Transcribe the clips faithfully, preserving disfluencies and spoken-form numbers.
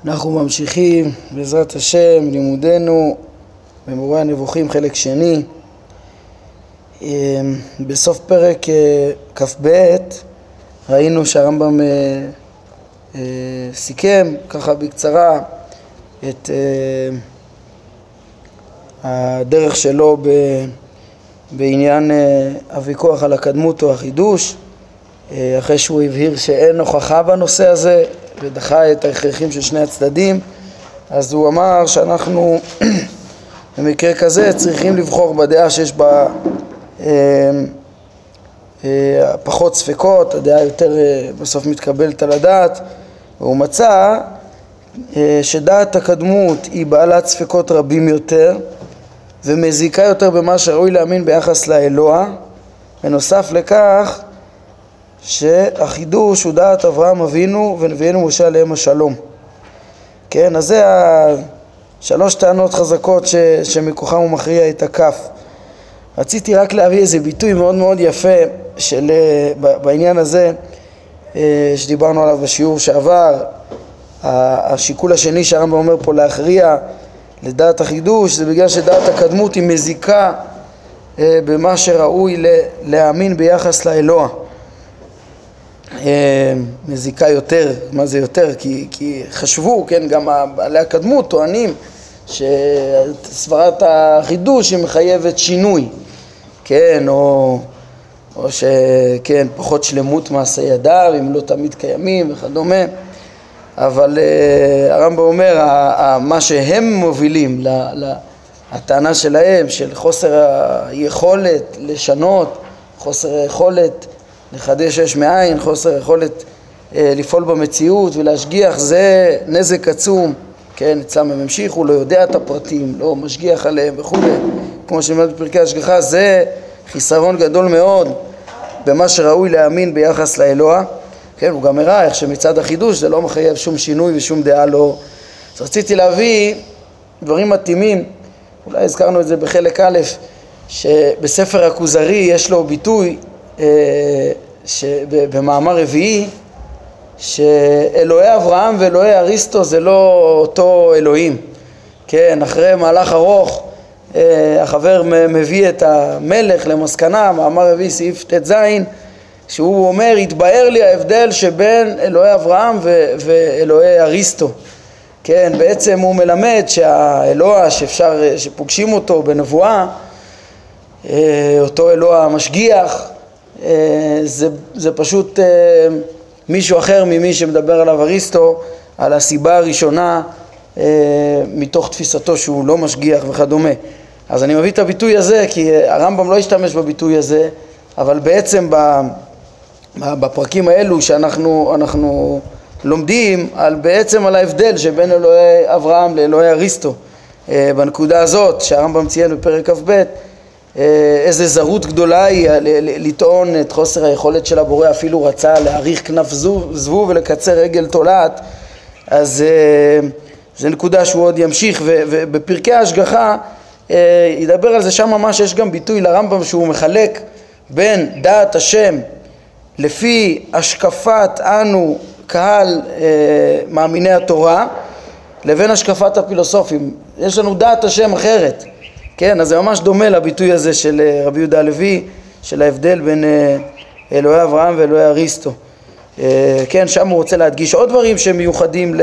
אנחנו ממשיכים בעזרת השם לימודנו במורה הנבוכים חלק שני. בסוף פרק כ"ב ראינו שהרמב"ם סיכם ככה בקצרה את הדרך שלו בעניין הוויכוח על הקדמות או החידוש, אחרי שהוא הבהיר שאין הוכחה בנושא הזה ודחה את ההכרחים של שני הצדדים. אז הוא אמר שאנחנו במקרה כזה צריכים לבחור בדעה שיש בה אה, אה, פחות ספקות, הדעה יותר אה, בסוף מתקבלת על הדעת. והוא מצא אה, שדעת הקדמות היא בעלת ספקות רבים יותר ומזיקה יותר במה שראוי להאמין ביחס לאלוה, ונוסף לכך שהחידוש הוא דעת אברהם אבינו ונביאנו משה עליהם השלום. כן, אז זה שלוש טענות חזקות ש, שמכוחם הוא מכריע את הכף. רציתי רק להביא איזה ביטוי מאוד מאוד יפה של, בעניין הזה שדיברנו עליו בשיעור שעבר. השיקול השני שהרמב"ם אומר פה להכריע לדעת החידוש זה בגלל שדעת הקדמות היא מזיקה במה שראוי להאמין ביחס לאלוה. מזיקה יותר, מה זה יותר? כי, כי חשבו, כן, גם בעלי הקדמות טוענים שסברת החידוש היא מחייבת שינוי, כן, או, או שכן, פחות שלמות מעשה ידיו, אם לא תמיד קיימים וכדומה. אבל uh, הרמב"ם אומר, מה שהם מובילים, הטענה שלהם של חוסר היכולת לשנות, חוסר היכולת לחדש יש מאין, חוסר יכולת אה, לפעול במציאות ולהשגיח, זה נזק עצום. כן, אצלם הם המשיכו, לא יודע את הפרטים, לא משגיח עליהם וכו'. כמו שנאמר בפרקי השגחה, זה חיסרון גדול מאוד במה שראוי להאמין ביחס לאלוה. כן, הוא גם הראה איך שמצד החידוש זה לא מחייב שום שינוי ושום דעה לא. אז רציתי להביא דברים מתאימים, אולי הזכרנו את זה בחלק א', שבספר הכוזרי יש לו ביטוי שבמאמר רביעי שאלוהי אברהם ואלוהי אריסטו זה לא אותו אלוהים. כן, אחרי מהלך ארוך החבר מביא את המלך למסקנה, מאמר רביעי סעיף ת' שהוא אומר, התבהר לי ההבדל שבין אלוהי אברהם ואלוהי אריסטו. כן, בעצם הוא מלמד שהאלוה שאפשר, שפוגשים אותו בנבואה, אותו אלוה המשגיח, זה, זה פשוט מישהו אחר ממי שמדבר עליו אריסטו, על הסיבה הראשונה מתוך תפיסתו שהוא לא משגיח וכדומה. אז אני מביא את הביטוי הזה כי הרמב"ם לא השתמש בביטוי הזה, אבל בעצם בפרקים האלו שאנחנו אנחנו לומדים על בעצם על ההבדל שבין אלוהי אברהם לאלוהי אריסטו, בנקודה הזאת שהרמב"ם ציין בפרק כ"ב, איזה זרות גדולה היא לטעון את חוסר היכולת של הבורא, אפילו רצה להאריך כנף זבוב ולקצר רגל תולעת. אז זה נקודה שהוא עוד ימשיך, ובפרקי ההשגחה ידבר על זה שם ממש. יש גם ביטוי לרמב"ם שהוא מחלק בין דעת השם לפי השקפת אנו קהל מאמיני התורה לבין השקפת הפילוסופים. יש לנו דעת השם אחרת, כן, אז זה ממש דומה לביטוי הזה של רבי יהודה הלוי, של ההבדל בין אלוהי אברהם ואלוהי אריסטו. כן, שם הוא רוצה להדגיש עוד דברים שמיוחדים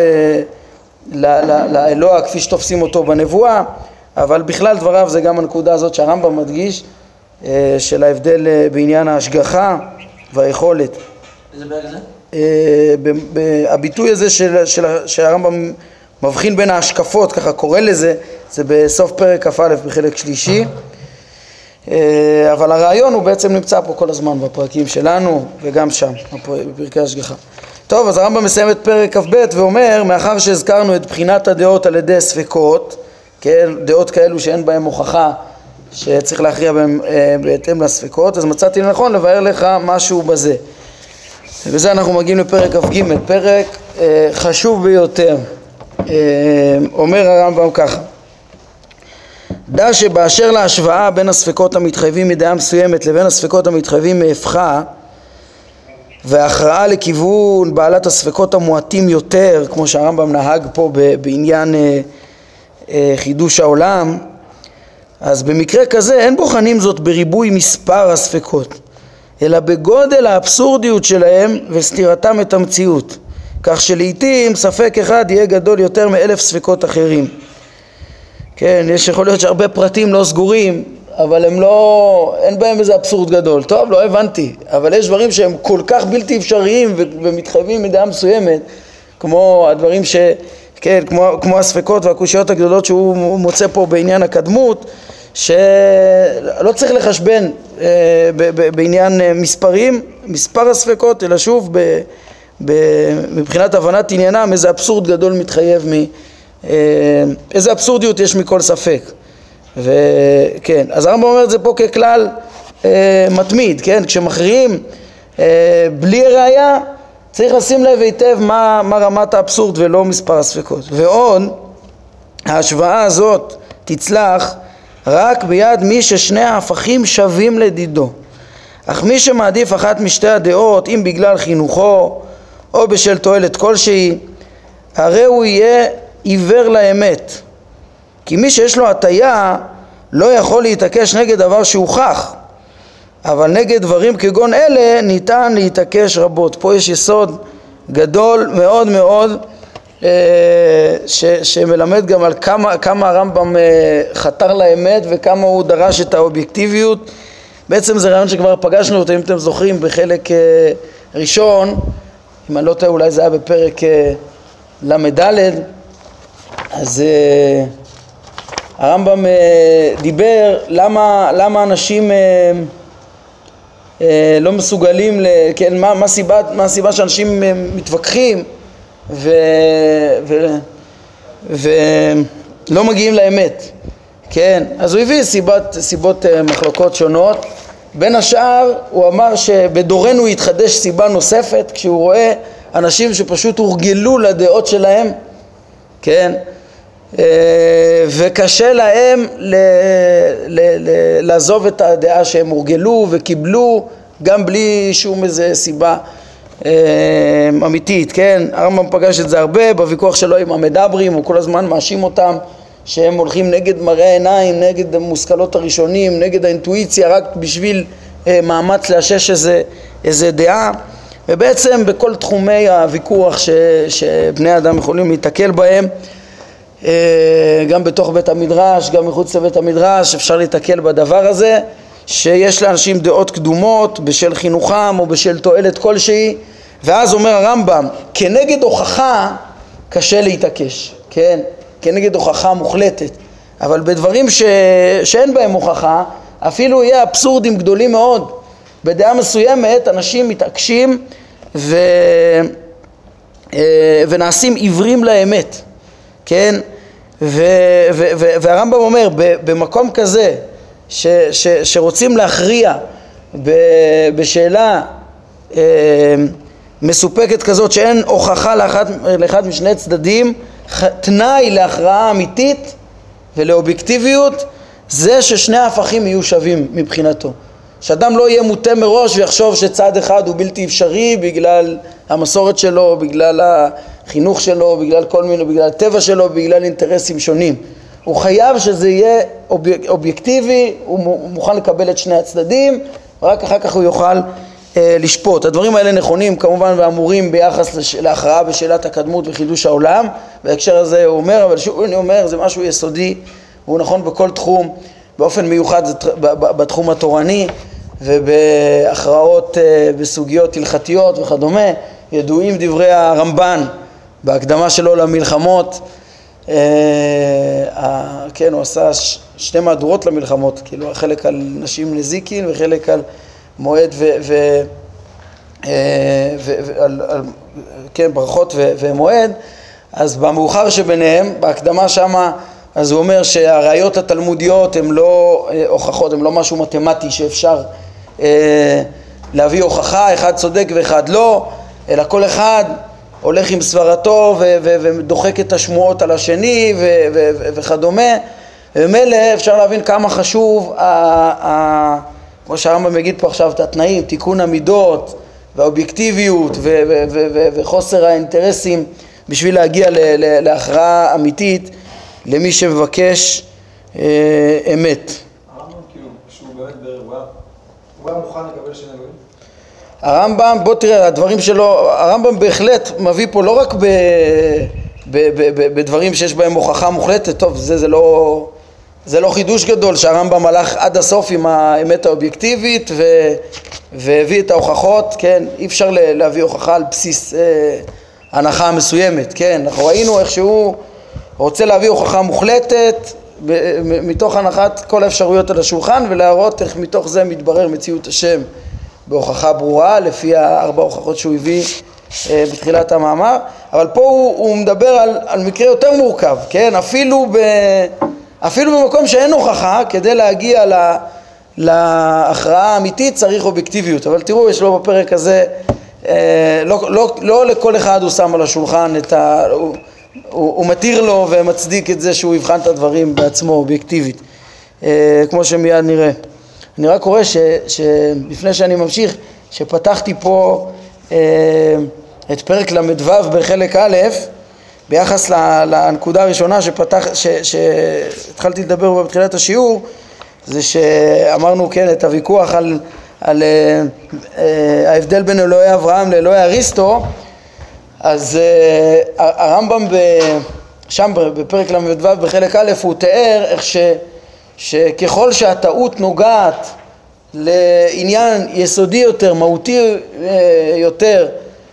לאלוה כפי שתופסים אותו בנבואה, אבל בכלל דבריו זה גם הנקודה הזאת שהרמב"ם מדגיש, של ההבדל בעניין ההשגחה והיכולת. איזה פרק זה? הביטוי הזה שהרמב"ם מבחין בין ההשקפות, ככה קורא לזה, זה בסוף פרק כ"א בחלק שלישי. אבל הרעיון הוא בעצם נמצא פה כל הזמן בפרקים שלנו וגם שם, בפרקי השגחה. טוב, אז הרמב"ם מסיים את פרק כ"ב ואומר, מאחר שהזכרנו את בחינת הדעות על ידי ספקות, כן, דעות כאלו שאין בהם הוכחה שצריך להכריע בהם בהתאם לספקות, אז מצאתי לנכון לבאר לך משהו בזה. ובזה אנחנו מגיעים לפרק כ"ג, פרק חשוב ביותר. אומר הרמב"ם ככה, דע שבאשר להשוואה בין הספקות המתחייבים מדעה מסוימת לבין הספקות המתחייבים מהפכה, וההכרעה לכיוון בעלת הספקות המועטים יותר, כמו שהרמב"ם נהג פה בעניין אה, אה, חידוש העולם, אז במקרה כזה אין בוחנים זאת בריבוי מספר הספקות, אלא בגודל האבסורדיות שלהם וסתירתם את המציאות, כך שלעיתים ספק אחד יהיה גדול יותר מאלף ספקות אחרים. כן, יש יכול להיות שהרבה פרטים לא סגורים, אבל הם לא, אין בהם איזה אבסורד גדול. טוב, לא הבנתי, אבל יש דברים שהם כל כך בלתי אפשריים ו- ומתחייבים מדעה מסוימת, כמו הדברים ש... כן, כמו, כמו הספקות והקושיות הגדולות שהוא מוצא פה בעניין הקדמות, שלא צריך לחשבן אה, ב- ב- בעניין מספרים, מספר הספקות, אלא שוב ב- ב- מבחינת הבנת עניינם, איזה אבסורד גדול מתחייב מ... אה, איזה אבסורדיות יש מכל ספק. וכן, אז הרמב"ם אומר את זה פה ככלל אה, מתמיד, כן? כשמכריעים אה, בלי ראיה, צריך לשים לב היטב מה, מה רמת האבסורד ולא מספר הספקות. ועוד, ההשוואה הזאת תצלח רק ביד מי ששני ההפכים שווים לדידו. אך מי שמעדיף אחת משתי הדעות, אם בגלל חינוכו או בשל תועלת כלשהי, הרי הוא יהיה עיוור לאמת. כי מי שיש לו הטיה לא יכול להתעקש נגד דבר שהוכח, אבל נגד דברים כגון אלה ניתן להתעקש רבות. פה יש יסוד גדול מאוד מאוד אה, ש, שמלמד גם על כמה, כמה הרמב"ם אה, חתר לאמת וכמה הוא דרש את האובייקטיביות. בעצם זה רעיון שכבר פגשנו אותו, אם אתם זוכרים, בחלק אה, ראשון, אם אני לא טועה אולי זה היה בפרק אה, למדלת, אז אה, הרמב"ם דיבר למה, למה אנשים לא מסוגלים, כן, מה, מה הסיבה, מה הסיבה שאנשים מתווכחים ו, ו, ולא מגיעים לאמת, כן? אז הוא הביא סיבות, סיבות מחלוקות שונות. בין השאר הוא אמר שבדורנו יתחדש סיבה נוספת כשהוא רואה אנשים שפשוט הורגלו לדעות שלהם, כן? וקשה להם ל- ל- ל- לעזוב את הדעה שהם הורגלו וקיבלו גם בלי שום איזה סיבה אמיתית, כן? הרמב"ם פגש את זה הרבה בוויכוח שלו עם המדברים, הוא כל הזמן מאשים אותם שהם הולכים נגד מראה עיניים, נגד המושכלות הראשונים, נגד האינטואיציה, רק בשביל מאמץ לאשש איזה, איזה דעה. ובעצם בכל תחומי הוויכוח ש- שבני אדם יכולים להתקל בהם, גם בתוך בית המדרש, גם מחוץ לבית המדרש, אפשר להתקל בדבר הזה, שיש לאנשים דעות קדומות בשל חינוכם או בשל תועלת כלשהי, ואז אומר הרמב"ם, כנגד הוכחה קשה להתעקש, כן? כנגד הוכחה מוחלטת, אבל בדברים ש... שאין בהם הוכחה, אפילו יהיה אבסורדים גדולים מאוד. בדעה מסוימת אנשים מתעקשים ו... ונעשים עיוורים לאמת, כן? ו... ו... ו... והרמב"ם אומר, במקום כזה ש... ש... שרוצים להכריע ב... בשאלה אה, מסופקת כזאת שאין הוכחה לאחד, לאחד משני צדדים, תנאי להכרעה אמיתית ולאובייקטיביות זה ששני ההפכים יהיו שווים מבחינתו, שאדם לא יהיה מוטה מראש ויחשוב שצד אחד הוא בלתי אפשרי בגלל המסורת שלו, בגלל החינוך שלו, בגלל כל מיני, בגלל הטבע שלו, בגלל אינטרסים שונים. הוא חייב שזה יהיה אוביק, אובייקטיבי, הוא מוכן לקבל את שני הצדדים, רק אחר כך הוא יוכל אה, לשפוט. הדברים האלה נכונים כמובן ואמורים ביחס לש... להכרעה בשאלת הקדמות וחידוש העולם. בהקשר הזה הוא אומר, אבל שוב אני אומר, זה משהו יסודי, הוא נכון בכל תחום, באופן מיוחד זה בתחום התורני ובהכרעות אה, בסוגיות הלכתיות וכדומה. ידועים דברי הרמב"ן בהקדמה שלו למלחמות, אה, אה, כן, הוא עשה ש... שתי מהדורות למלחמות, כאילו חלק על נשים נזיקין וחלק על מועד ו... ו... אה, ו... ו... על... על... כן, ברכות ו... ומועד. אז במאוחר שביניהם, בהקדמה שמה, אז הוא אומר שהראיות התלמודיות הן לא אה, הוכחות, הן לא משהו מתמטי שאפשר אה, להביא הוכחה, אחד צודק ואחד לא, אלא כל אחד הולך עם סברתו ו- ו- ודוחק את השמועות על השני ו- ו- ו- וכדומה. ומילא אפשר להבין כמה חשוב, ה- ה- כמו שהרמב"ם מגיד פה עכשיו, את התנאים, תיקון המידות, והאובייקטיביות ו- ו- ו- ו- וחוסר האינטרסים בשביל להגיע ל- ל- להכרעה אמיתית למי שמבקש אה, אמת. הרמב"ם כאילו, כשהוא באמת בערב, הוא היה מוכן לקבל שם אלוהים? הרמב"ם, בוא תראה, הדברים שלו, הרמב"ם בהחלט מביא פה לא רק ב, ב, ב, ב, בדברים שיש בהם הוכחה מוחלטת, טוב, זה, זה לא, זה לא חידוש גדול שהרמב"ם הלך עד הסוף עם האמת האובייקטיבית ו, והביא את ההוכחות, כן, אי אפשר להביא הוכחה על בסיס אה, הנחה מסוימת, כן, אנחנו ראינו איך שהוא רוצה להביא הוכחה מוחלטת ב, מתוך הנחת כל האפשרויות על השולחן ולהראות איך מתוך זה מתברר מציאות השם בהוכחה ברורה, לפי הארבע הוכחות שהוא הביא אה, בתחילת המאמר, אבל פה הוא, הוא מדבר על, על מקרה יותר מורכב, כן? אפילו, ב, אפילו במקום שאין הוכחה, כדי להגיע לה, להכרעה האמיתית צריך אובייקטיביות, אבל תראו, יש לו בפרק הזה, אה, לא, לא, לא לכל אחד הוא שם על השולחן את ה... הוא, הוא, הוא מתיר לו ומצדיק את זה שהוא יבחן את הדברים בעצמו אובייקטיבית, אה, כמו שמיד נראה. אני רק קורא שלפני שאני ממשיך, שפתחתי פה אה, את פרק למדו בחלק א', ביחס לנקודה הראשונה שפתח, ש, שהתחלתי לדבר בה בתחילת השיעור, זה שאמרנו כן את הוויכוח על, על אה, אה, ההבדל בין אלוהי אברהם לאלוהי אריסטו, אז אה, הרמב"ם ב, שם בפרק למדו בחלק א' הוא תיאר איך ש... שככל שהטעות נוגעת לעניין יסודי יותר, מהותי יותר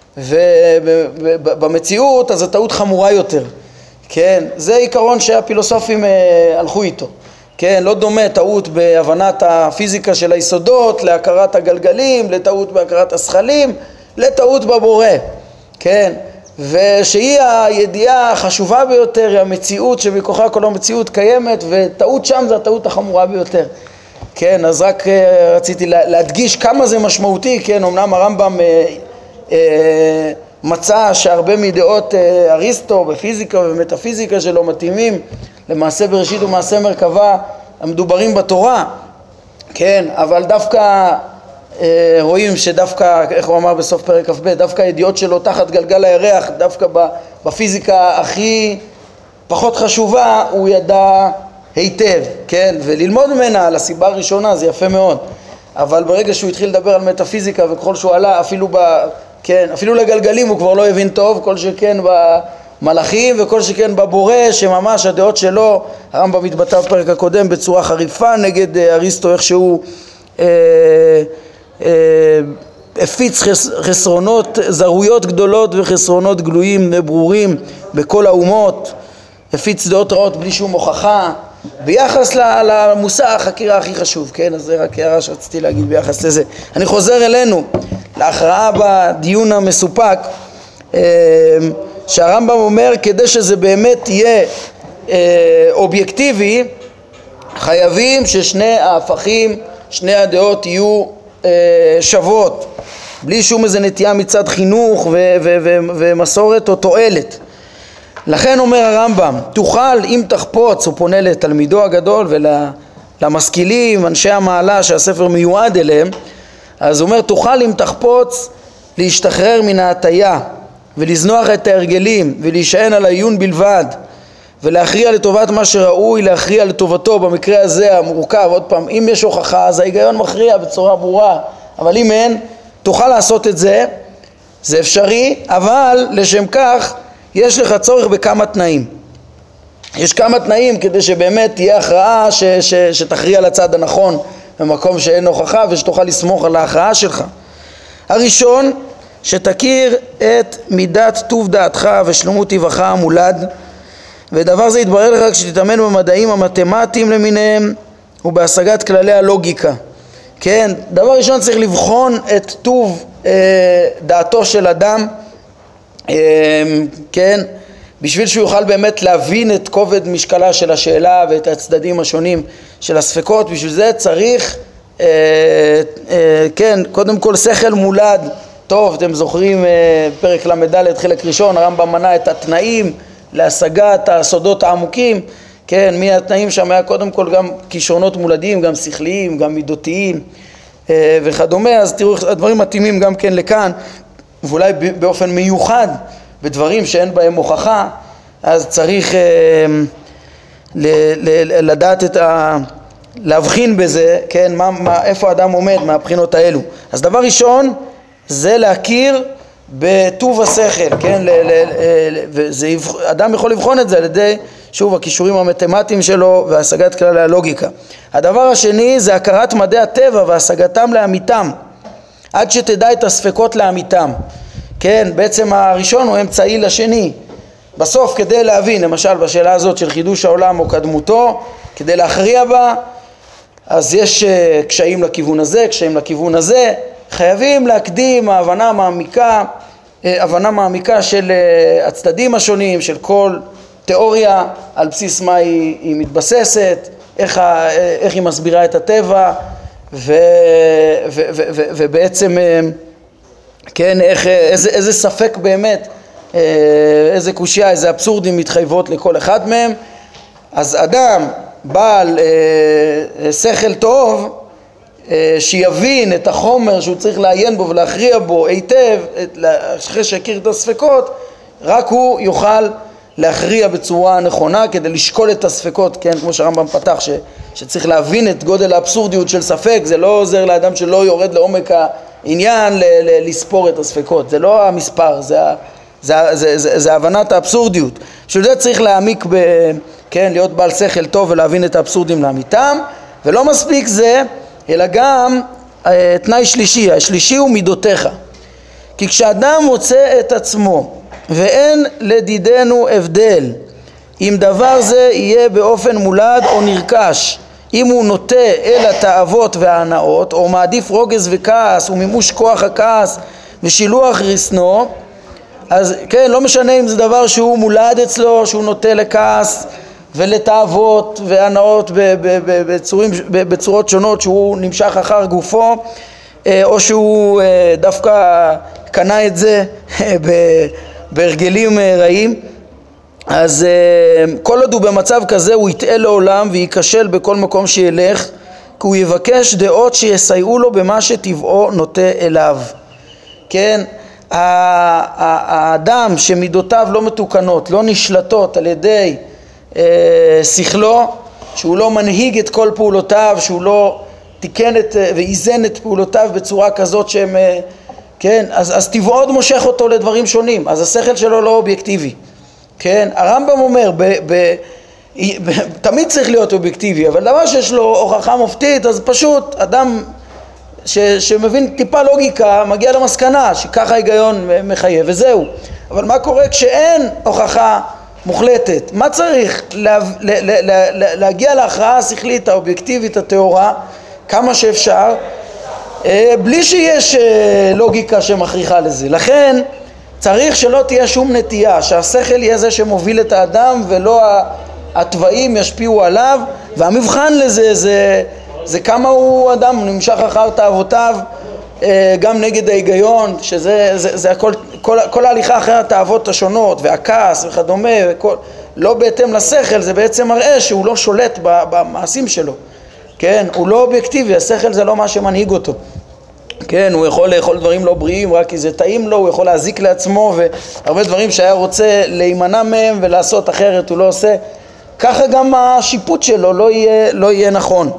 ובמציאות, אז הטעות חמורה יותר. כן, זה עיקרון שהפילוסופים הלכו איתו. כן, לא דומה טעות בהבנת הפיזיקה של היסודות, להכרת הגלגלים, לטעות בהכרת השכלים, לטעות בבורא. כן, ושהיא הידיעה החשובה ביותר, היא המציאות שבכוחה כל המציאות קיימת, וטעות שם זה הטעות החמורה ביותר. כן, אז רק רציתי להדגיש כמה זה משמעותי, כן, אמנם הרמב"ם אה, אה, מצא שהרבה מדעות אה, אריסטו בפיזיקה ובמטאפיזיקה שלו מתאימים למעשה בראשית ומעשה מרכבה המדוברים בתורה, כן, אבל דווקא רואים שדווקא, איך הוא אמר בסוף פרק כ"ב, דווקא הידיעות שלו תחת גלגל הירח, דווקא בפיזיקה הכי פחות חשובה, הוא ידע היטב, כן, וללמוד ממנה על הסיבה הראשונה זה יפה מאוד, אבל ברגע שהוא התחיל לדבר על מטאפיזיקה וככל שהוא עלה, אפילו, ב, כן, אפילו לגלגלים הוא כבר לא הבין טוב, כל שכן במלאכים וכל שכן בבורא, שממש הדעות שלו, הרמב"ם התבטא בפרק הקודם בצורה חריפה נגד אריסטו, איך שהוא אה, הפיץ חסרונות, זרויות גדולות וחסרונות גלויים ברורים בכל האומות, הפיץ דעות רעות בלי שום הוכחה ביחס למושא החקירה הכי חשוב, כן? אז זה רק הערה שרציתי להגיד ביחס לזה. אני חוזר אלינו להכרעה בדיון המסופק, שהרמב"ם אומר כדי שזה באמת יהיה אובייקטיבי, חייבים ששני ההפכים, שני הדעות יהיו שוות, בלי שום איזה נטייה מצד חינוך ו- ו- ו- ומסורת או תועלת. לכן אומר הרמב"ם, תוכל אם תחפוץ, הוא פונה לתלמידו הגדול ולמשכילים, אנשי המעלה שהספר מיועד אליהם, אז הוא אומר, תוכל אם תחפוץ להשתחרר מן ההטיה ולזנוח את ההרגלים ולהישען על העיון בלבד ולהכריע לטובת מה שראוי להכריע לטובתו. במקרה הזה המורכב, עוד פעם, אם יש הוכחה אז ההיגיון מכריע בצורה ברורה, אבל אם אין, תוכל לעשות את זה, זה אפשרי, אבל לשם כך יש לך צורך בכמה תנאים. יש כמה תנאים כדי שבאמת תהיה הכרעה ש- ש- שתכריע לצד הנכון במקום שאין הוכחה ושתוכל לסמוך על ההכרעה שלך. הראשון, שתכיר את מידת טוב דעתך ושלמות טבעך המולד, ודבר זה יתברר לך כשתתאמן במדעים המתמטיים למיניהם ובהשגת כללי הלוגיקה. כן, דבר ראשון צריך לבחון את טוב אה, דעתו של אדם, אה, כן, בשביל שהוא יוכל באמת להבין את כובד משקלה של השאלה ואת הצדדים השונים של הספקות. בשביל זה צריך, אה, אה, כן, קודם כל שכל מולד טוב. אתם זוכרים אה, פרק למד' חלק ראשון, הרמב"ם מנה את התנאים להשגת הסודות העמוקים, כן, מי התנאים שם היה קודם כל גם כישרונות מולדים, גם שכליים, גם מידותיים, וכדומה. אז תראו, הדברים מתאימים גם כן לכאן, ואולי באופן מיוחד בדברים שאין בהם הוכחה, אז צריך לדעת את ה... להבחין בזה, כן, מה, מה, איפה האדם עומד מהבחינות האלו. אז דבר ראשון זה להכיר בטוב השכל, כן, ל, ל, ל, וזה, אדם יכול לבחון את זה על ידי, שוב, הכישורים המתמטיים שלו והשגת כללי הלוגיקה. הדבר השני זה הכרת מדעי הטבע והשגתם לאמיתם, עד שתדע את הספקות לאמיתם. כן, בעצם הראשון הוא אמצעי לשני. בסוף כדי להבין, למשל בשאלה הזאת של חידוש העולם או קדמותו, כדי להכריע בה, אז יש קשיים לכיוון הזה, קשיים לכיוון הזה, חייבים להקדים ההבנה מעמיקה, הבנה מעמיקה של הצדדים השונים, של כל תיאוריה, על בסיס מה היא, היא מתבססת, איך, ה, איך היא מסבירה את הטבע, ו, ו, ו, ו, ובעצם, כן, איך, איזה, איזה ספק באמת, איזה קושיה, איזה אבסורדים מתחייבות לכל אחד מהם. אז אדם בעל אה, שכל טוב, אה, שיבין את החומר שהוא צריך לעיין בו ולהכריע בו היטב, אחרי שהכיר את הספקות, רק הוא יוכל להכריע בצורה נכונה כדי לשקול את הספקות, כן, כמו שהרמב"ם פתח, ש, שצריך להבין את גודל האבסורדיות של ספק. זה לא עוזר לאדם שלא יורד לעומק העניין ל, ל, לספור את הספקות, זה לא המספר, זה, זה, זה, זה, זה הבנת האבסורדיות. בשביל זה צריך להעמיק ב... כן, להיות בעל שכל טוב ולהבין את האבסורדים לאמיתם, ולא מספיק זה, אלא גם אה, תנאי שלישי, השלישי הוא מידותיך. כי כשאדם מוצא את עצמו ואין לדידנו הבדל אם דבר זה יהיה באופן מולד או נרכש, אם הוא נוטה אל התאוות וההנאות או מעדיף רוגז וכעס ומימוש כוח הכעס ושילוח רסנו, אז כן, לא משנה אם זה דבר שהוא מולד אצלו, שהוא נוטה לכעס ולתאוות והנאות בצורים, בצורות שונות, שהוא נמשך אחר גופו, או שהוא דווקא קנה את זה בהרגלים רעים. אז כל עוד הוא במצב כזה הוא יטעה לעולם ויקשל בכל מקום שילך, כי הוא יבקש דעות שיסייעו לו במה שטבעו נוטה אליו. כן, האדם שמידותיו לא מתוקנות, לא נשלטות על ידי שכלו, שהוא לא מנהיג את כל פעולותיו, שהוא לא תיקן את ואיזן את פעולותיו בצורה כזאת שהם, כן, אז, אז טבעו עוד מושך אותו לדברים שונים, אז השכל שלו לא אובייקטיבי. כן, הרמב"ם אומר, ב, ב, ב, תמיד צריך להיות אובייקטיבי, אבל דבר שיש לו הוכחה מופתית, אז פשוט אדם ש, שמבין טיפה לוגיקה מגיע למסקנה שככה ההיגיון מחייב וזהו. אבל מה קורה כשאין הוכחה מוחלטת? מה צריך? לה, לה, לה, לה, להגיע להכרעה השכלית האובייקטיבית הטהורה כמה שאפשר, בלי שיש לוגיקה שמכריחה לזה. לכן צריך שלא תהיה שום נטייה, שהשכל יהיה זה שמוביל את האדם ולא התוואים ישפיעו עליו, והמבחן לזה זה, זה כמה הוא אדם נמשך אחר תאוותיו, גם נגד ההיגיון, שזה זה, זה הכל, כל, כל ההליכה אחרי התאוות השונות והכעס וכדומה, וכל, לא בהתאם לשכל, זה בעצם מראה שהוא לא שולט במעשים שלו. כן, הוא לא אובייקטיבי, השכל זה לא מה שמנהיג אותו. כן, הוא יכול לאכול דברים לא בריאים רק כי זה טעים לו, הוא יכול להזיק לעצמו, והרבה דברים שהיה רוצה להימנע מהם ולעשות אחרת הוא לא עושה. ככה גם השיפוט שלו לא יהיה, לא יהיה נכון.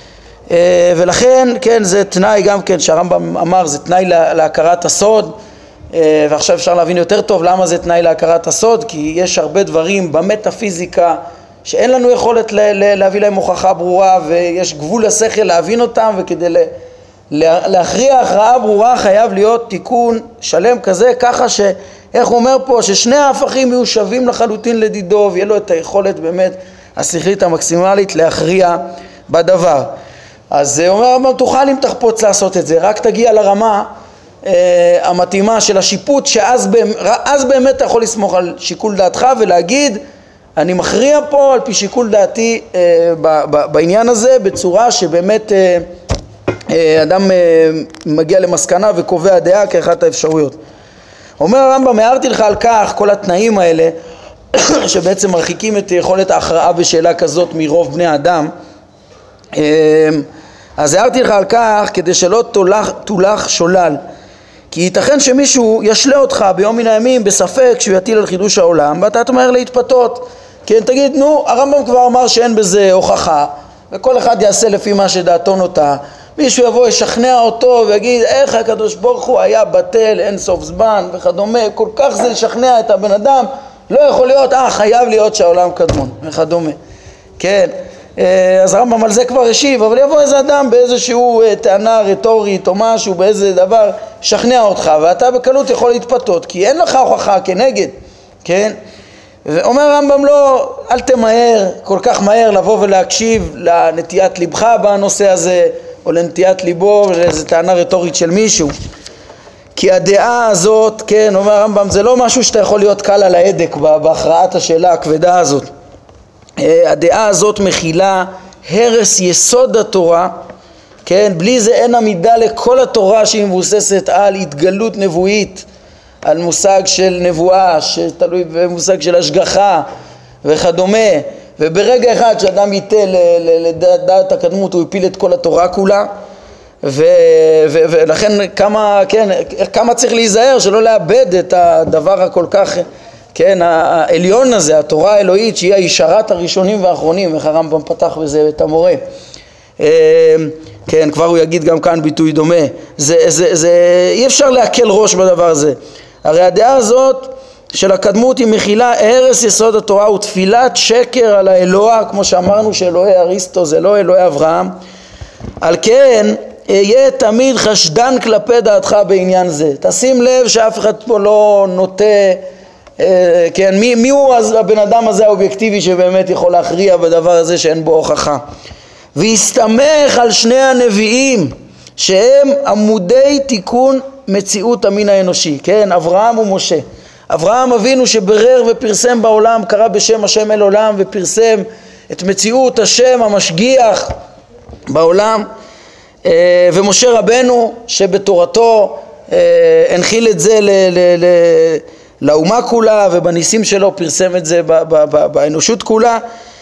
ולכן, כן, זה תנאי גם כן שהרמב"ם אמר, זה תנאי לה, להכרת הסוד, ועכשיו אפשר להבין יותר טוב למה זה תנאי להכרת הסוד, כי יש הרבה דברים במטאפיזיקה שאין לנו יכולת לה, לה, להביא להם הוכחה ברורה, ויש גבול לשכל להבין אותם, וכדי לה, לה, להכריע הכרעה ברורה חייב להיות תיקון שלם כזה, ככה ש, איך הוא אומר פה, ששני ההפכים יהיו שווים לחלוטין לדידו, ויהיה לו את היכולת באמת השכלית המקסימלית להכריע בדבר. אז הוא אומר, תוכל אם תחפוץ לעשות את זה, רק תגיע לרמה אה, המתאימה של השיפוט, שאז אז באמת אתה יכול לסמוך על שיקול דעתך ולהגיד, אני מכריע פה על פי שיקול דעתי אה, ב, ב, בעניין הזה, בצורה שבאמת אה, אה, אדם אה, מגיע למסקנה וקובע דעה כאחת האפשרויות. אומר הרמב"ם, הערתי לך על כך, כל התנאים האלה, שבעצם מרחיקים את יכולת ההכרעה בשאלה כזאת מרוב בני האדם, אז הערתי לך על כך כדי שלא תולך, תולך שולל, כי ייתכן שמישהו ישלה אותך ביום מן הימים בספק שהוא יטיל על חידוש העולם, ואתה תמהר להתפתות. כן, תגיד, נו, הרמב"ם כבר אמר שאין בזה הוכחה, וכל אחד יעשה לפי מה שדעתו נוטה. מישהו יבוא, ישכנע אותו ויגיד, איך הקדוש ברוך הוא היה בטל, אין סוף זמן וכדומה, כל כך זה לשכנע את הבן אדם, לא יכול להיות, אה, חייב להיות שהעולם קדמון וכדומה. כן, אז הרמב"ם על זה כבר השיב, אבל יבוא איזה אדם באיזשהו טענה רטורית או משהו, באיזה דבר, שכנע אותך, ואתה בקלות יכול להתפתות, כי אין לך הוכחה כנגד, כן? ואומר הרמב"ם לא, אל תמהר, כל כך מהר לבוא ולהקשיב לנטיית ליבך בנושא הזה, או לנטיית ליבו, לאיזו טענה רטורית של מישהו. כי הדעה הזאת, כן, אומר הרמב"ם, זה לא משהו שאתה יכול להיות קל על ההדק בהכרעת השאלה הכבדה הזאת. הדעה הזאת מכילה הרס יסוד התורה, כן, בלי זה אין עמידה לכל התורה שהיא מבוססת על התגלות נבואית, על מושג של נבואה שתלוי במושג של השגחה וכדומה, וברגע אחד שאדם ייתן לדעת הקדמות הוא יפיל את כל התורה כולה, ו- ו- ולכן כמה, כן, כמה צריך להיזהר שלא לאבד את הדבר הכל כך, כן, העליון הזה, התורה האלוהית שהיא הישרת הראשונים והאחרונים, איך הרמב"ם פתח בזה את המורה. כן, כבר הוא יגיד גם כאן ביטוי דומה. זה, זה, זה, אי אפשר להקל ראש בדבר הזה. הרי הדעה הזאת של הקדמות היא מכילה הרס יסוד התורה ותפילת שקר על האלוה, כמו שאמרנו שאלוהי אריסטו זה לא אלוהי אברהם. על כן יהיה תמיד חשדן כלפי דעתך בעניין זה. תשים לב שאף אחד פה לא נוטה, כן, מי, מי הוא אז הבן אדם הזה האובייקטיבי שבאמת יכול להכריע בדבר הזה שאין בו הוכחה. והסתמך על שני הנביאים שהם עמודי תיקון מציאות המין האנושי, כן, אברהם ומשה. אברהם אבינו שברר ופרסם בעולם, קרא בשם השם אל עולם ופרסם את מציאות השם המשגיח בעולם, ומשה רבנו שבתורתו הנחיל את זה ל- ל- ל- לאומה כולה, ובניסים שלו פרסם את זה ב- ב- ב- באנושות כולה.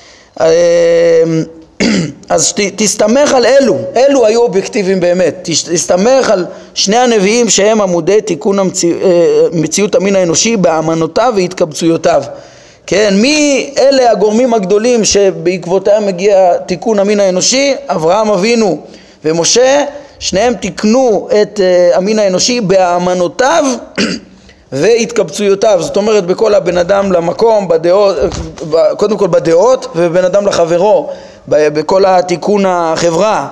אז תסתמך על אלו, אלו היו אובייקטיביים באמת, תסתמך על שני הנביאים שהם עמודי תיקון מציאות המין האנושי באמנותיו והתקבצויותיו. כן, מי אלה הגורמים הגדולים שבעקבותיהם מגיע תיקון המין האנושי? אברהם אבינו ומשה, שניהם תיקנו את המין האנושי באמנותיו והתקבצויותיו, זאת אומרת בכל הבן אדם למקום, בדעות, קודם כל בדעות, ובן אדם לחברו, בכל התיקון החברה.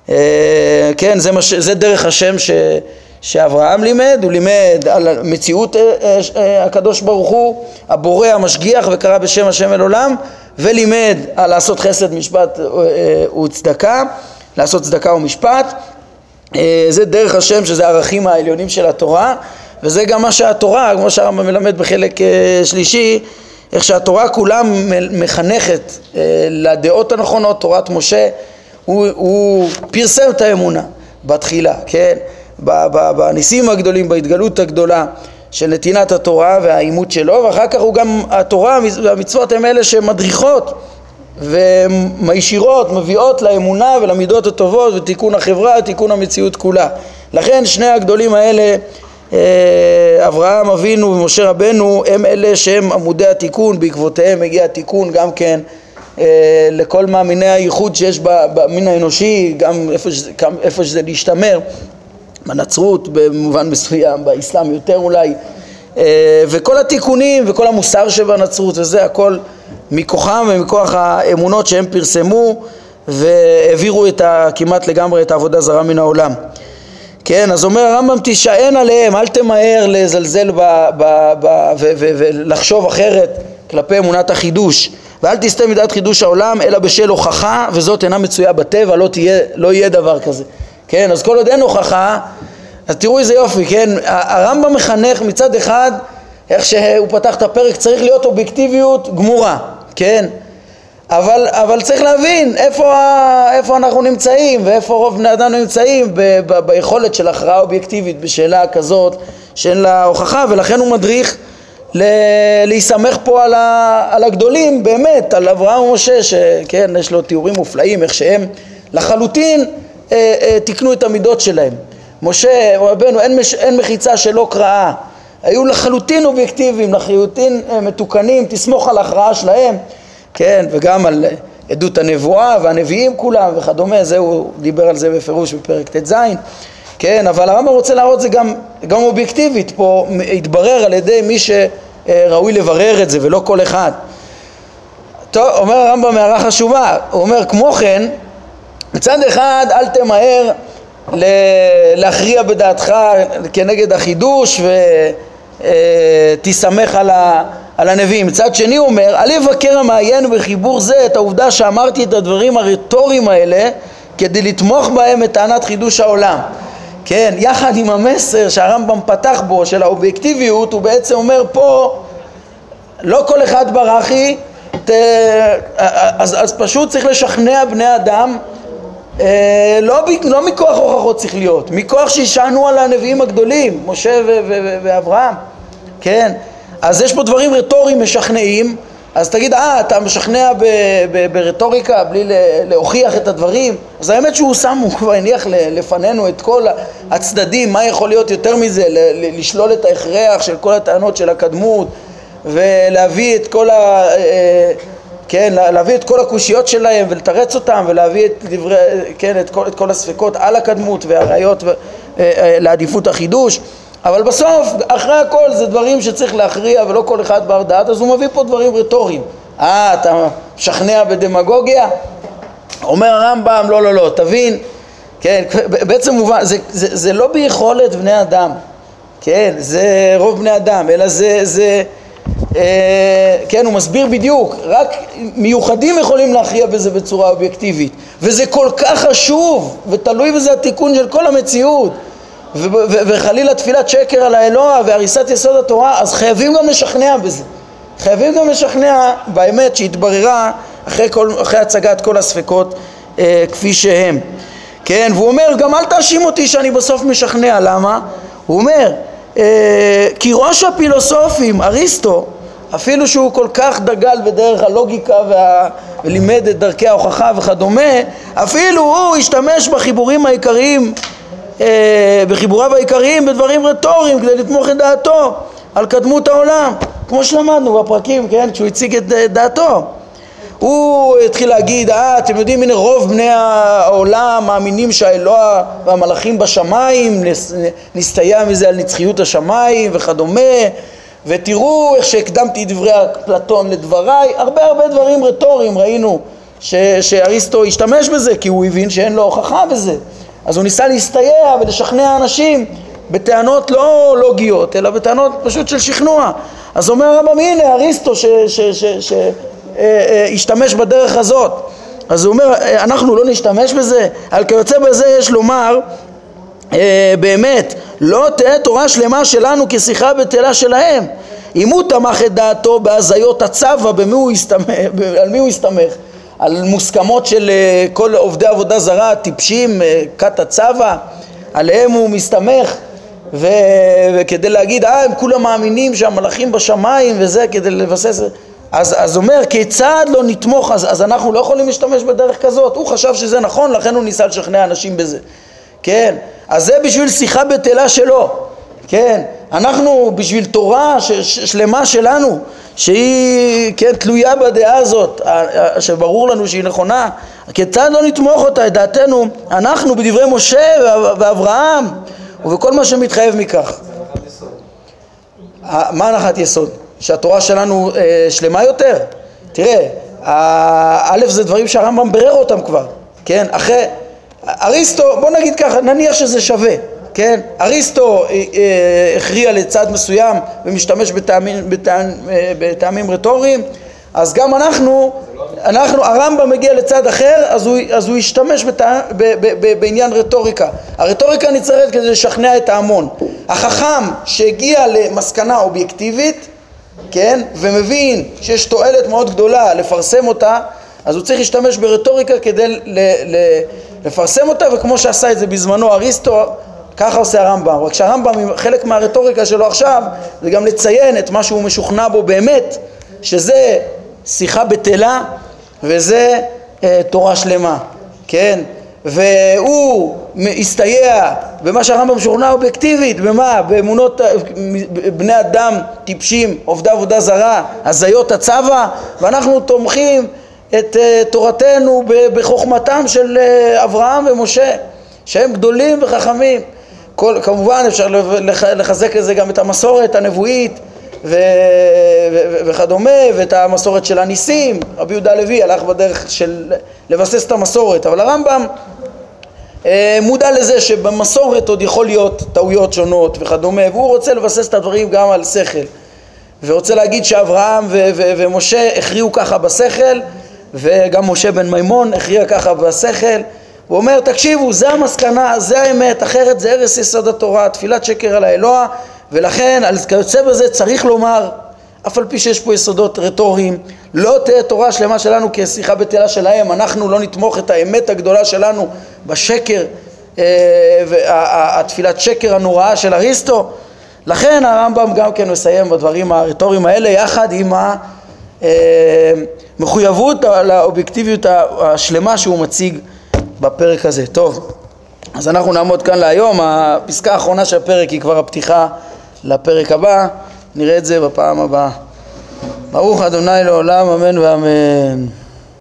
כן, זה, מש, זה דרך השם ש, שאברהם לימד, הוא לימד על מציאות הקדוש ברוך הוא, הבורא המשגיח וקרא בשם השם אל עולם, ולימד על לעשות חסד משפט וצדקה, לעשות צדקה ומשפט. זה דרך השם שזה הערכים העליונים של התורה, וזה גם מה שהתורה, כמו שהרמב"ם מלמד בחלק שלישי, איך שהתורה כולה מחנכת לדעות הנכונות. תורת משה, הוא, הוא פרסם את האמונה בתחילה, כן? בניסים הגדולים, בהתגלות הגדולה של נתינת התורה והאימות שלו, ואחר כך הוא גם, התורה והמצוות הם אלה שמדריכות ומיישירות, מביאות לאמונה ולמידות הטובות ותיקון החברה, תיקון המציאות כולה. לכן שני הגדולים האלה, אברהם אבינו ומשה רבנו, הם אלה שהם עמודי התיקון, בעקבותיהם מגיע התיקון גם כן לכל מאמיני הייחוד שיש במין האנושי, גם איפה שזה, איפה שזה להשתמר, בנצרות במובן מסוים, באסלאם יותר אולי, וכל התיקונים וכל המוסר שבנצרות, וזה הכל מכוחם ומכוח האמונות שהם פרסמו והעבירו את ה, כמעט לגמרי את העבודה זרה מן העולם. כן, אז אומר הרמב"ם, תשען עליהם, אל תמהר לזלזל ב, ב, ב, ו, ו, ולחשוב אחרת כלפי אמונת החידוש, ואל תסתה מדעת חידוש העולם אלא בשל הוכחה, וזאת אינה מצויה בטבע, לא תהיה, לא יהיה דבר כזה. כן, אז כל עוד אין הוכחה, אז תראו איזה יופי, כן, הרמב"ם מחנך מצד אחד, איך שהוא פתח את הפרק, צריך להיות אובייקטיביות גמורה, כן, אבל, אבל צריך להבין איפה, איפה אנחנו נמצאים ואיפה רוב בני אדם נמצאים ב, ב, ביכולת של הכרעה אובייקטיבית בשאלה כזאת שאין לה הוכחה, ולכן הוא מדריך ל, להיסמך פה על, ה, על הגדולים באמת, על אברהם ומשה, שכן, יש לו תיאורים מופלאים איך שהם לחלוטין אה, אה, תקנו את המידות שלהם. משה רבנו, אין, מש, אין מחיצה שלא קראה, היו לחלוטין אובייקטיביים, לחלוטין אה, מתוקנים, תסמוך על ההכרעה שלהם, כן, וגם על אה, עדות הנבואה והנביאים כולם וכדומה, זה הוא דיבר על זה בפירוש בפרק ט"ז, כן, אבל הרמב"ם רוצה להראות זה גם, גם אובייקטיבית, פה התברר על ידי מי שראוי לברר את זה ולא כל אחד. טוב, אומר הרמב"ם הערה חשובה, הוא אומר כמו כן, מצד אחד אל תמהר להכריע בדעתך כנגד החידוש ותסמך על, ה, על הנביאים. מצד שני הוא אומר, אל יבקר המעיין בחיבור זה את העובדה שאמרתי את הדברים הרטוריים האלה כדי לתמוך בהם את טענת חידוש העולם. כן, יחד עם המסר שהרמב"ם פתח בו של האובייקטיביות, הוא בעצם אומר פה, לא כל אחד ברכי, ת... אז, אז פשוט צריך לשכנע בני אדם, אה, לא, לא מכוח הוכחות צריך להיות, מכוח שישענו על הנביאים הגדולים, משה ו- ו- ו- ואברהם, כן? אז יש פה דברים רטוריים משכנעים, אז תגיד, אה, אתה משכנע ב- ב- ברטוריקה בלי להוכיח את הדברים, אז האמת שהוא שם, הוא כבר הניח לפנינו את כל הצדדים, מה יכול להיות יותר מזה, ל- לשלול את ההכרח של כל הטענות של הקדמות, ולהביא את כל ה... כן, להביא את כל הקושיות שלהם ולתרץ אותם ולהביא את דברי, כן, את כל, את כל הספקות על הקדמות והראיות ו, לעדיפות החידוש, אבל בסוף, אחרי הכל, זה דברים שצריך להכריע ולא כל אחד בר דעת, אז הוא מביא פה דברים רטוריים. אה, אתה משכנע בדמגוגיה? אומר הרמב"ם, לא, לא, לא, תבין, כן, בעצם מובן, זה, זה, זה לא ביכולת בני אדם, כן, זה רוב בני אדם, אלא זה, זה, אה, כן, הוא מסביר בדיוק, רק מיוחדים יכולים להכריע בזה בצורה אובייקטיבית, וזה כל כך חשוב, ותלוי בזה התיקון של כל המציאות, ו- ו- וחלילה תפילת שקר על האלוה והריסת יסוד התורה, אז חייבים גם לשכנע בזה, חייבים גם לשכנע באמת שהתבררה אחרי, כל, אחרי הצגת כל הספקות אה, כפי שהם. כן, והוא אומר, גם אל תאשים אותי שאני בסוף משכנע, למה? הוא אומר, אה, כי ראש הפילוסופים, אריסטו, אפילו שהוא כל כך דגל בדרך הלוגיקה וה... ולימד את דרכי ההוכחה וכדומה, אפילו הוא השתמש בחיבורים העיקריים, אה, בחיבוריו העיקריים בדברים רטוריים כדי לתמוך את דעתו על קדמות העולם, כמו שלמדנו בפרקים, כן, כשהוא הציג את דעתו. הוא התחיל להגיד, אה, אתם יודעים, הנה רוב בני העולם מאמינים שהאלוה והמלאכים בשמיים, נסתייע מזה על נצחיות השמיים וכדומה, ותראו איך שהקדמתי דברי אפלטון לדבריי, הרבה הרבה דברים רטוריים ראינו ש- שאריסטו השתמש בזה, כי הוא הבין שאין לו הוכחה בזה, אז הוא ניסה להסתייע ולשכנע אנשים בטענות לא לוגיות, אלא בטענות פשוט של שכנוע. אז אומר הרמב"ם, הנה אריסטו ש... ש-, ש-, ש- השתמש בדרך הזאת, אז הוא אומר, אנחנו לא נשתמש בזה, על כיוצא בזה יש לומר, באמת, לא תהיה תורה שלמה שלנו כשיחה בטלה שלהם. אם הוא תמך את דעתו בהזיות הצבא, במי הוא יסתמך, על מי הוא יסתמך? על מוסכמות של כל עובדי עבודה זרה, טיפשים, כת הצבא, עליהם הוא מסתמך, ו... וכדי להגיד, אה, הם כולם מאמינים שהמלאכים בשמיים וזה, כדי לבסס... אז, אז אומר, כיצד לא נתמוך, אז, אז אנחנו לא יכולים להשתמש בדרך כזאת. הוא חשב שזה נכון, לכן הוא ניסה לשכנע אנשים בזה. כן, אז זה בשביל שיחה בטלה שלו. כן, אנחנו בשביל תורה ש, ש, שלמה שלנו, שהיא, כן, תלויה בדעה הזאת, שברור לנו שהיא נכונה. כיצד לא נתמוך אותה, את דעתנו, אנחנו בדברי משה ואברהם, ובכל מה שמתחייב מכך. מה הנחת יסוד? שהתורה שלנו אה, שלמה יותר. תראה, א' זה דברים שהרמב"ם ברר אותם כבר, כן? אחרי, אריסטו, בוא נגיד ככה, נניח שזה שווה, כן? אריסטו אה, אה, הכריע לצד מסוים ומשתמש בטעמים, בטעמים, אה, בטעמים רטוריים, אז גם אנחנו, אנחנו, הרמב"ם מגיע לצד אחר, אז הוא, אז הוא ישתמש בטע, ב, ב, ב, בעניין רטוריקה. הרטוריקה נצטרך כדי לשכנע את ההמון. החכם שהגיע למסקנה אובייקטיבית, כן, ומבין שיש תועלת מאוד גדולה לפרסם אותה, אז הוא צריך להשתמש ברטוריקה כדי ל- ל- לפרסם אותה, וכמו שעשה את זה בזמנו אריסטו, ככה עושה הרמב"ם. רק שהרמב"ם, חלק מהרטוריקה שלו עכשיו, זה גם לציין את מה שהוא משוכנע בו באמת, שזה שיחה בטלה, וזה אה, תורה שלמה, כן? והוא הסתייע במה שהרמב"ם משוכנע אובייקטיבית, במה? באמונות בני אדם טיפשים, עובדי עבודה זרה, הזיות הצבא, ואנחנו תומכים את תורתנו בחוכמתם של אברהם ומשה, שהם גדולים וחכמים. כל, כמובן אפשר לחזק את זה גם את המסורת הנבואית ו, ו, וכדומה, ואת המסורת של הניסים. רבי יהודה הלוי הלך בדרך של לבסס את המסורת, אבל הרמב"ם אה, מודע לזה שבמסורת עוד יכול להיות טעויות שונות וכדומה, והוא רוצה לבסס את הדברים גם על שכל, ורוצה להגיד שאברהם ו, ו, ומשה הכריעו ככה בשכל, וגם משה בן מימון הכריע ככה בשכל. הוא אומר, תקשיבו, זה המסקנה, זה האמת, אחרת זה הרס יסוד התורה, תפילת שקר על האלוה, ולכן על כיוצא בזה צריך לומר, אף על פי שיש פה יסודות רטוריים, לא תהיה תורה שלמה שלנו כשיחה בטלה שלהם, אנחנו לא נתמוך את האמת הגדולה שלנו בשקר, והתפילת שקר הנוראה של אריסטו. לכן הרמב"ם גם כן מסיים בדברים הרטוריים האלה, יחד עם המחויבות לאובייקטיביות השלמה שהוא מציג בפרק הזה. טוב, אז אנחנו נעמוד כאן להיום. הפסקה האחרונה של הפרק היא כבר הפתיחה לפרק הבא, נראה את זה בפעם הבאה. ברוך ה' לעולם, אמן ואמן.